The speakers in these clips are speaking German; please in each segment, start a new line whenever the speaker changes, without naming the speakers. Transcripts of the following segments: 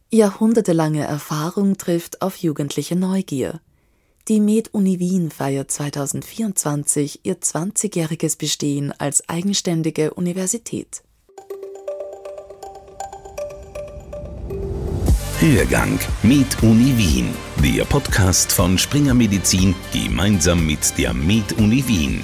Jahrhundertelange Erfahrung trifft auf jugendliche Neugier. Die Med-Uni Wien feiert 2024 ihr 20-jähriges Bestehen als eigenständige Universität.
Hörgang Med-Uni Wien, der Podcast von Springer Medizin gemeinsam mit der Med-Uni Wien.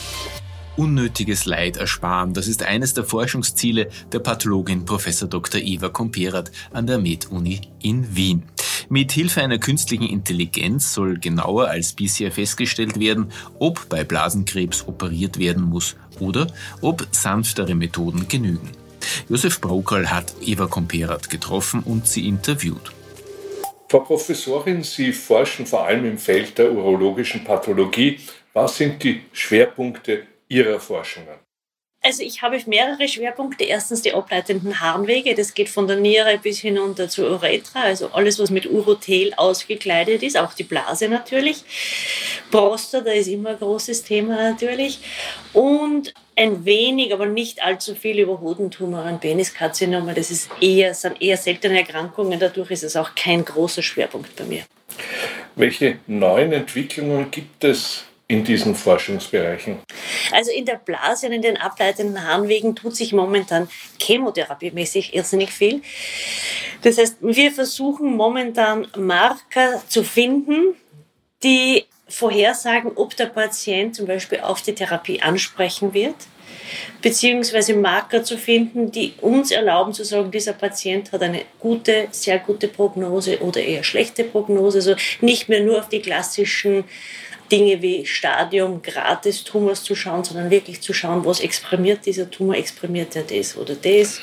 Unnötiges Leid ersparen, das ist eines der Forschungsziele der Pathologin Prof. Dr. Eva Komperath an der Med-Uni in Wien. Mit Hilfe einer künstlichen Intelligenz soll genauer als bisher festgestellt werden, ob bei Blasenkrebs operiert werden muss oder ob sanftere Methoden genügen. Josef Brokerl hat Eva Komperath getroffen und sie interviewt.
Frau Professorin, Sie forschen vor allem im Feld der urologischen Pathologie. Was sind die Schwerpunkte Ihrer Forschungen?
Also ich habe mehrere Schwerpunkte. Erstens die ableitenden Harnwege. Das geht von der Niere bis hinunter zur Uretra. Also alles, was mit Urothel ausgekleidet ist. Auch die Blase natürlich. Prostata ist immer ein großes Thema natürlich. Und ein wenig, aber nicht allzu viel über Hodentumor und Peniskarzinome. Das sind eher seltene Erkrankungen. Dadurch ist es auch kein großer Schwerpunkt bei mir.
Welche neuen Entwicklungen gibt es in diesen Forschungsbereichen?
Also in der Blase und in den ableitenden Harnwegen tut sich momentan chemotherapiemäßig irrsinnig viel. Das heißt, wir versuchen momentan Marker zu finden, die vorhersagen, ob der Patient zum Beispiel auf die Therapie ansprechen wird, beziehungsweise Marker zu finden, die uns erlauben zu sagen, dieser Patient hat eine gute, sehr gute Prognose oder eher schlechte Prognose. Also nicht mehr nur auf die klassischen Dinge wie Stadium, Grad des Tumors zu schauen, sondern wirklich zu schauen, was exprimiert dieser Tumor, exprimiert er das oder das.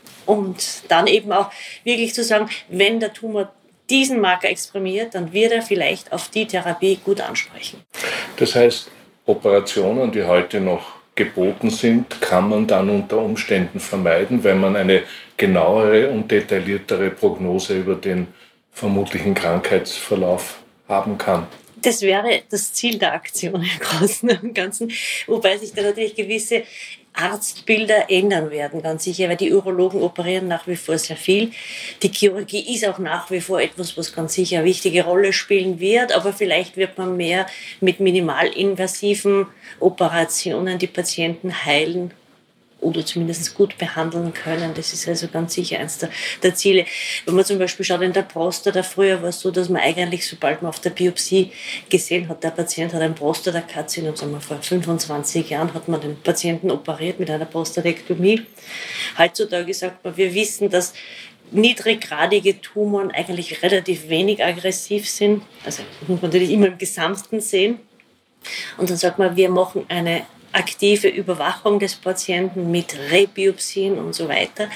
Und dann eben auch wirklich zu sagen, wenn der Tumor diesen Marker exprimiert, dann wird er vielleicht auf die Therapie gut ansprechen.
Das heißt, Operationen, die heute noch geboten sind, kann man dann unter Umständen vermeiden, wenn man eine genauere und detailliertere Prognose über den vermutlichen Krankheitsverlauf haben kann.
Das wäre das Ziel der Aktion im Großen und Ganzen, wobei sich da natürlich gewisse Arztbilder ändern werden, ganz sicher, weil die Urologen operieren nach wie vor sehr viel. Die Chirurgie ist auch nach wie vor etwas, was ganz sicher eine wichtige Rolle spielen wird, aber vielleicht wird man mehr mit minimalinvasiven Operationen die Patienten heilen oder zumindest gut behandeln können. Das ist also ganz sicher eines der Ziele. Wenn man zum Beispiel schaut in der Prostata, früher war es so, dass man eigentlich, sobald man auf der Biopsie gesehen hat, der Patient hat ein Prostatakarzinom, sagen wir vor 25 Jahren hat man den Patienten operiert mit einer Prostatektomie. Heutzutage sagt man, wir wissen, dass niedriggradige Tumoren eigentlich relativ wenig aggressiv sind. Also muss man natürlich immer im Gesamten sehen. Und dann sagt man, wir machen eine aktive Überwachung des Patienten mit Rebiopsien und so weiter.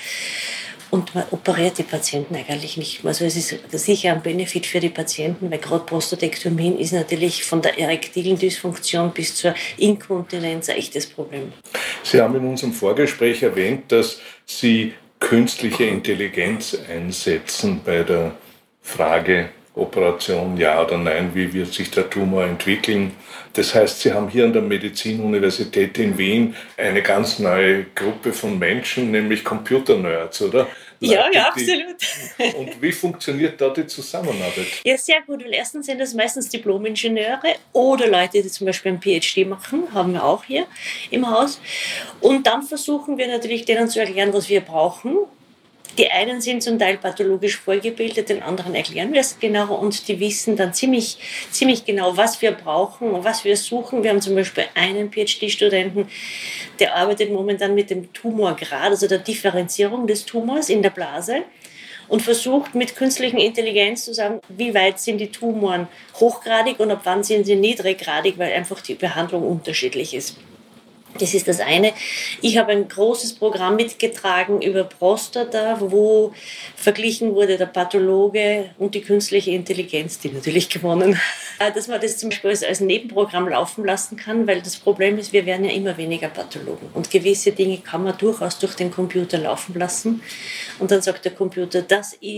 Und man operiert die Patienten eigentlich nicht mehr. Also es ist sicher ein Benefit für die Patienten, weil gerade Prostatektomien ist natürlich von der erektilen Dysfunktion bis zur Inkontinenz ein echtes Problem.
Sie haben in unserem Vorgespräch erwähnt, dass Sie künstliche Intelligenz einsetzen bei der Frage Operation, ja oder nein, wie wird sich der Tumor entwickeln. Das heißt, Sie haben hier an der Medizinuniversität in Wien eine ganz neue Gruppe von Menschen, nämlich Computernerds, oder?
Ja, absolut.
Und wie funktioniert da die Zusammenarbeit?
Ja, sehr gut, weil erstens sind das meistens Diplom-Ingenieure oder Leute, die zum Beispiel ein PhD machen, haben wir auch hier im Haus. Und dann versuchen wir natürlich denen zu erklären, was wir brauchen. Die einen sind zum Teil pathologisch vorgebildet, den anderen erklären wir es genauer und die wissen dann ziemlich genau, was wir brauchen und was wir suchen. Wir haben zum Beispiel einen PhD-Studenten, der arbeitet momentan mit dem Tumorgrad, also der Differenzierung des Tumors in der Blase und versucht mit künstlicher Intelligenz zu sagen, wie weit sind die Tumoren hochgradig und ab wann sind sie niedriggradig, weil einfach die Behandlung unterschiedlich ist. Das ist das eine. Ich habe ein großes Programm mitgetragen über Prostata, wo verglichen wurde der Pathologe und die künstliche Intelligenz, die natürlich gewonnen, dass man das zum Beispiel als Nebenprogramm laufen lassen kann, weil das Problem ist, wir werden ja immer weniger Pathologen und gewisse Dinge kann man durchaus durch den Computer laufen lassen und dann sagt der Computer, das ist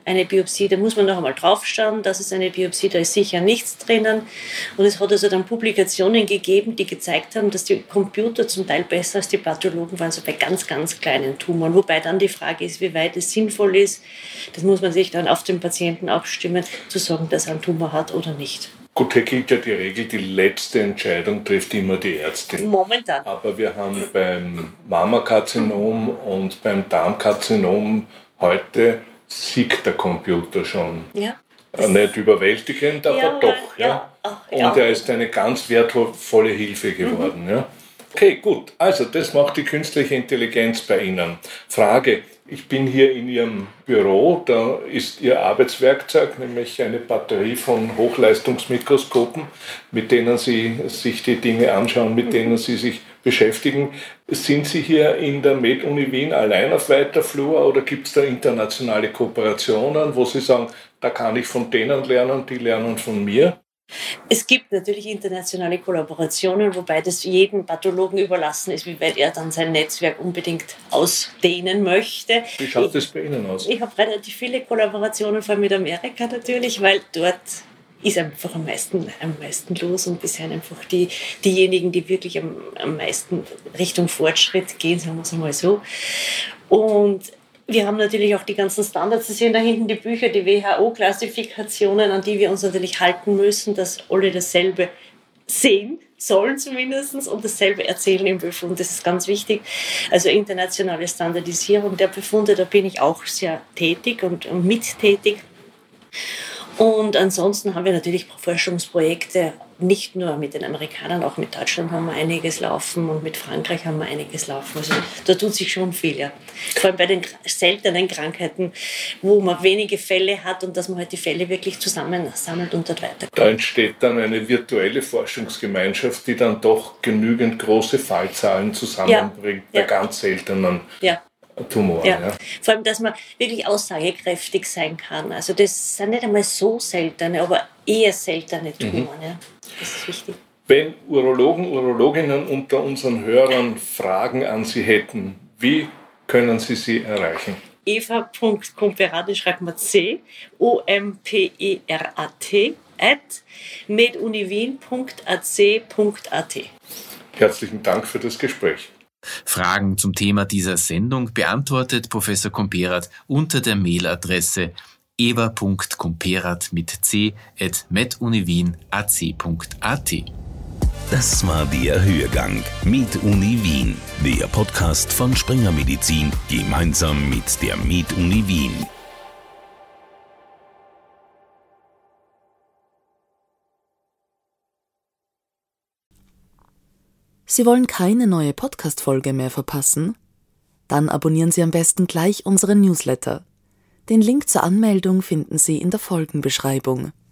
eine Biopsie, da muss man noch einmal draufschauen, das ist eine Biopsie, da ist sicher nichts drinnen. Und es hat also dann Publikationen gegeben, die gezeigt haben, dass die Computer zum Teil besser als die Pathologen waren, so bei ganz, ganz kleinen Tumoren. Wobei dann die Frage ist, wie weit es sinnvoll ist, das muss man sich dann auf den Patienten abstimmen, zu sagen, dass er einen Tumor hat oder nicht.
Gut, hier gilt ja die Regel, die letzte Entscheidung trifft immer die Ärztin.
Momentan.
Aber wir haben beim Mammakarzinom und beim Darmkarzinom heute siegt der Computer schon.
Ja.
Nicht überwältigend, aber
ja,
doch. Ja. Und er ist eine ganz wertvolle Hilfe geworden. Ja. Okay, gut. Also das macht die künstliche Intelligenz bei Ihnen. Frage, ich bin hier in Ihrem Büro, da ist Ihr Arbeitswerkzeug, nämlich eine Batterie von Hochleistungsmikroskopen, mit denen Sie sich die Dinge anschauen, mit denen Sie sich beschäftigen. Sind Sie hier in der Med-Uni Wien allein auf weiter Flur oder gibt es da internationale Kooperationen, wo Sie sagen, da kann ich von denen lernen, die lernen von mir?
Es gibt natürlich internationale Kollaborationen, wobei das jedem Pathologen überlassen ist, wie weit er dann sein Netzwerk unbedingt ausdehnen möchte.
Wie schaut das bei Ihnen aus?
Ich habe relativ viele Kollaborationen, vor allem mit Amerika natürlich, weil dort ist einfach am meisten los und bisher einfach diejenigen, die wirklich am meisten Richtung Fortschritt gehen, sagen wir es mal so. Und wir haben natürlich auch die ganzen Standards, Sie sehen da hinten die Bücher, die WHO-Klassifikationen, an die wir uns natürlich halten müssen, dass alle dasselbe sehen sollen zumindest und dasselbe erzählen im Befund. Das ist ganz wichtig. Also internationale Standardisierung der Befunde, da bin ich auch sehr tätig und mittätig. Und ansonsten haben wir natürlich Forschungsprojekte, nicht nur mit den Amerikanern, auch mit Deutschland haben wir einiges laufen und mit Frankreich haben wir einiges laufen. Also da tut sich schon viel, ja. Vor allem bei den seltenen Krankheiten, wo man wenige Fälle hat und dass man halt die Fälle wirklich zusammensammelt und dort weiterkommt.
Da entsteht dann eine virtuelle Forschungsgemeinschaft, die dann doch genügend große Fallzahlen zusammenbringt bei ganz seltenen Tumoren. Ja.
Vor allem, dass man wirklich aussagekräftig sein kann. Also das sind nicht einmal so seltene, aber eher seltene Tumoren. Ja. Das ist wichtig.
Wenn Urologen, Urologinnen unter unseren Hörern Fragen an Sie hätten, wie können Sie sie erreichen?
eva.comperat, schreibt man C-O-M-P-E-R-A-T @meduniwien.ac.at.
Herzlichen Dank für das Gespräch.
Fragen zum Thema dieser Sendung beantwortet Professor Comperat unter der Mailadresse eva.comperat@meduniwien.ac.at.
Das war der Hörgang mit Uni Wien, der Podcast von Springer Medizin gemeinsam mit der Med-Uni Wien.
Sie wollen keine neue Podcast-Folge mehr verpassen? Dann abonnieren Sie am besten gleich unseren Newsletter. Den Link zur Anmeldung finden Sie in der Folgenbeschreibung.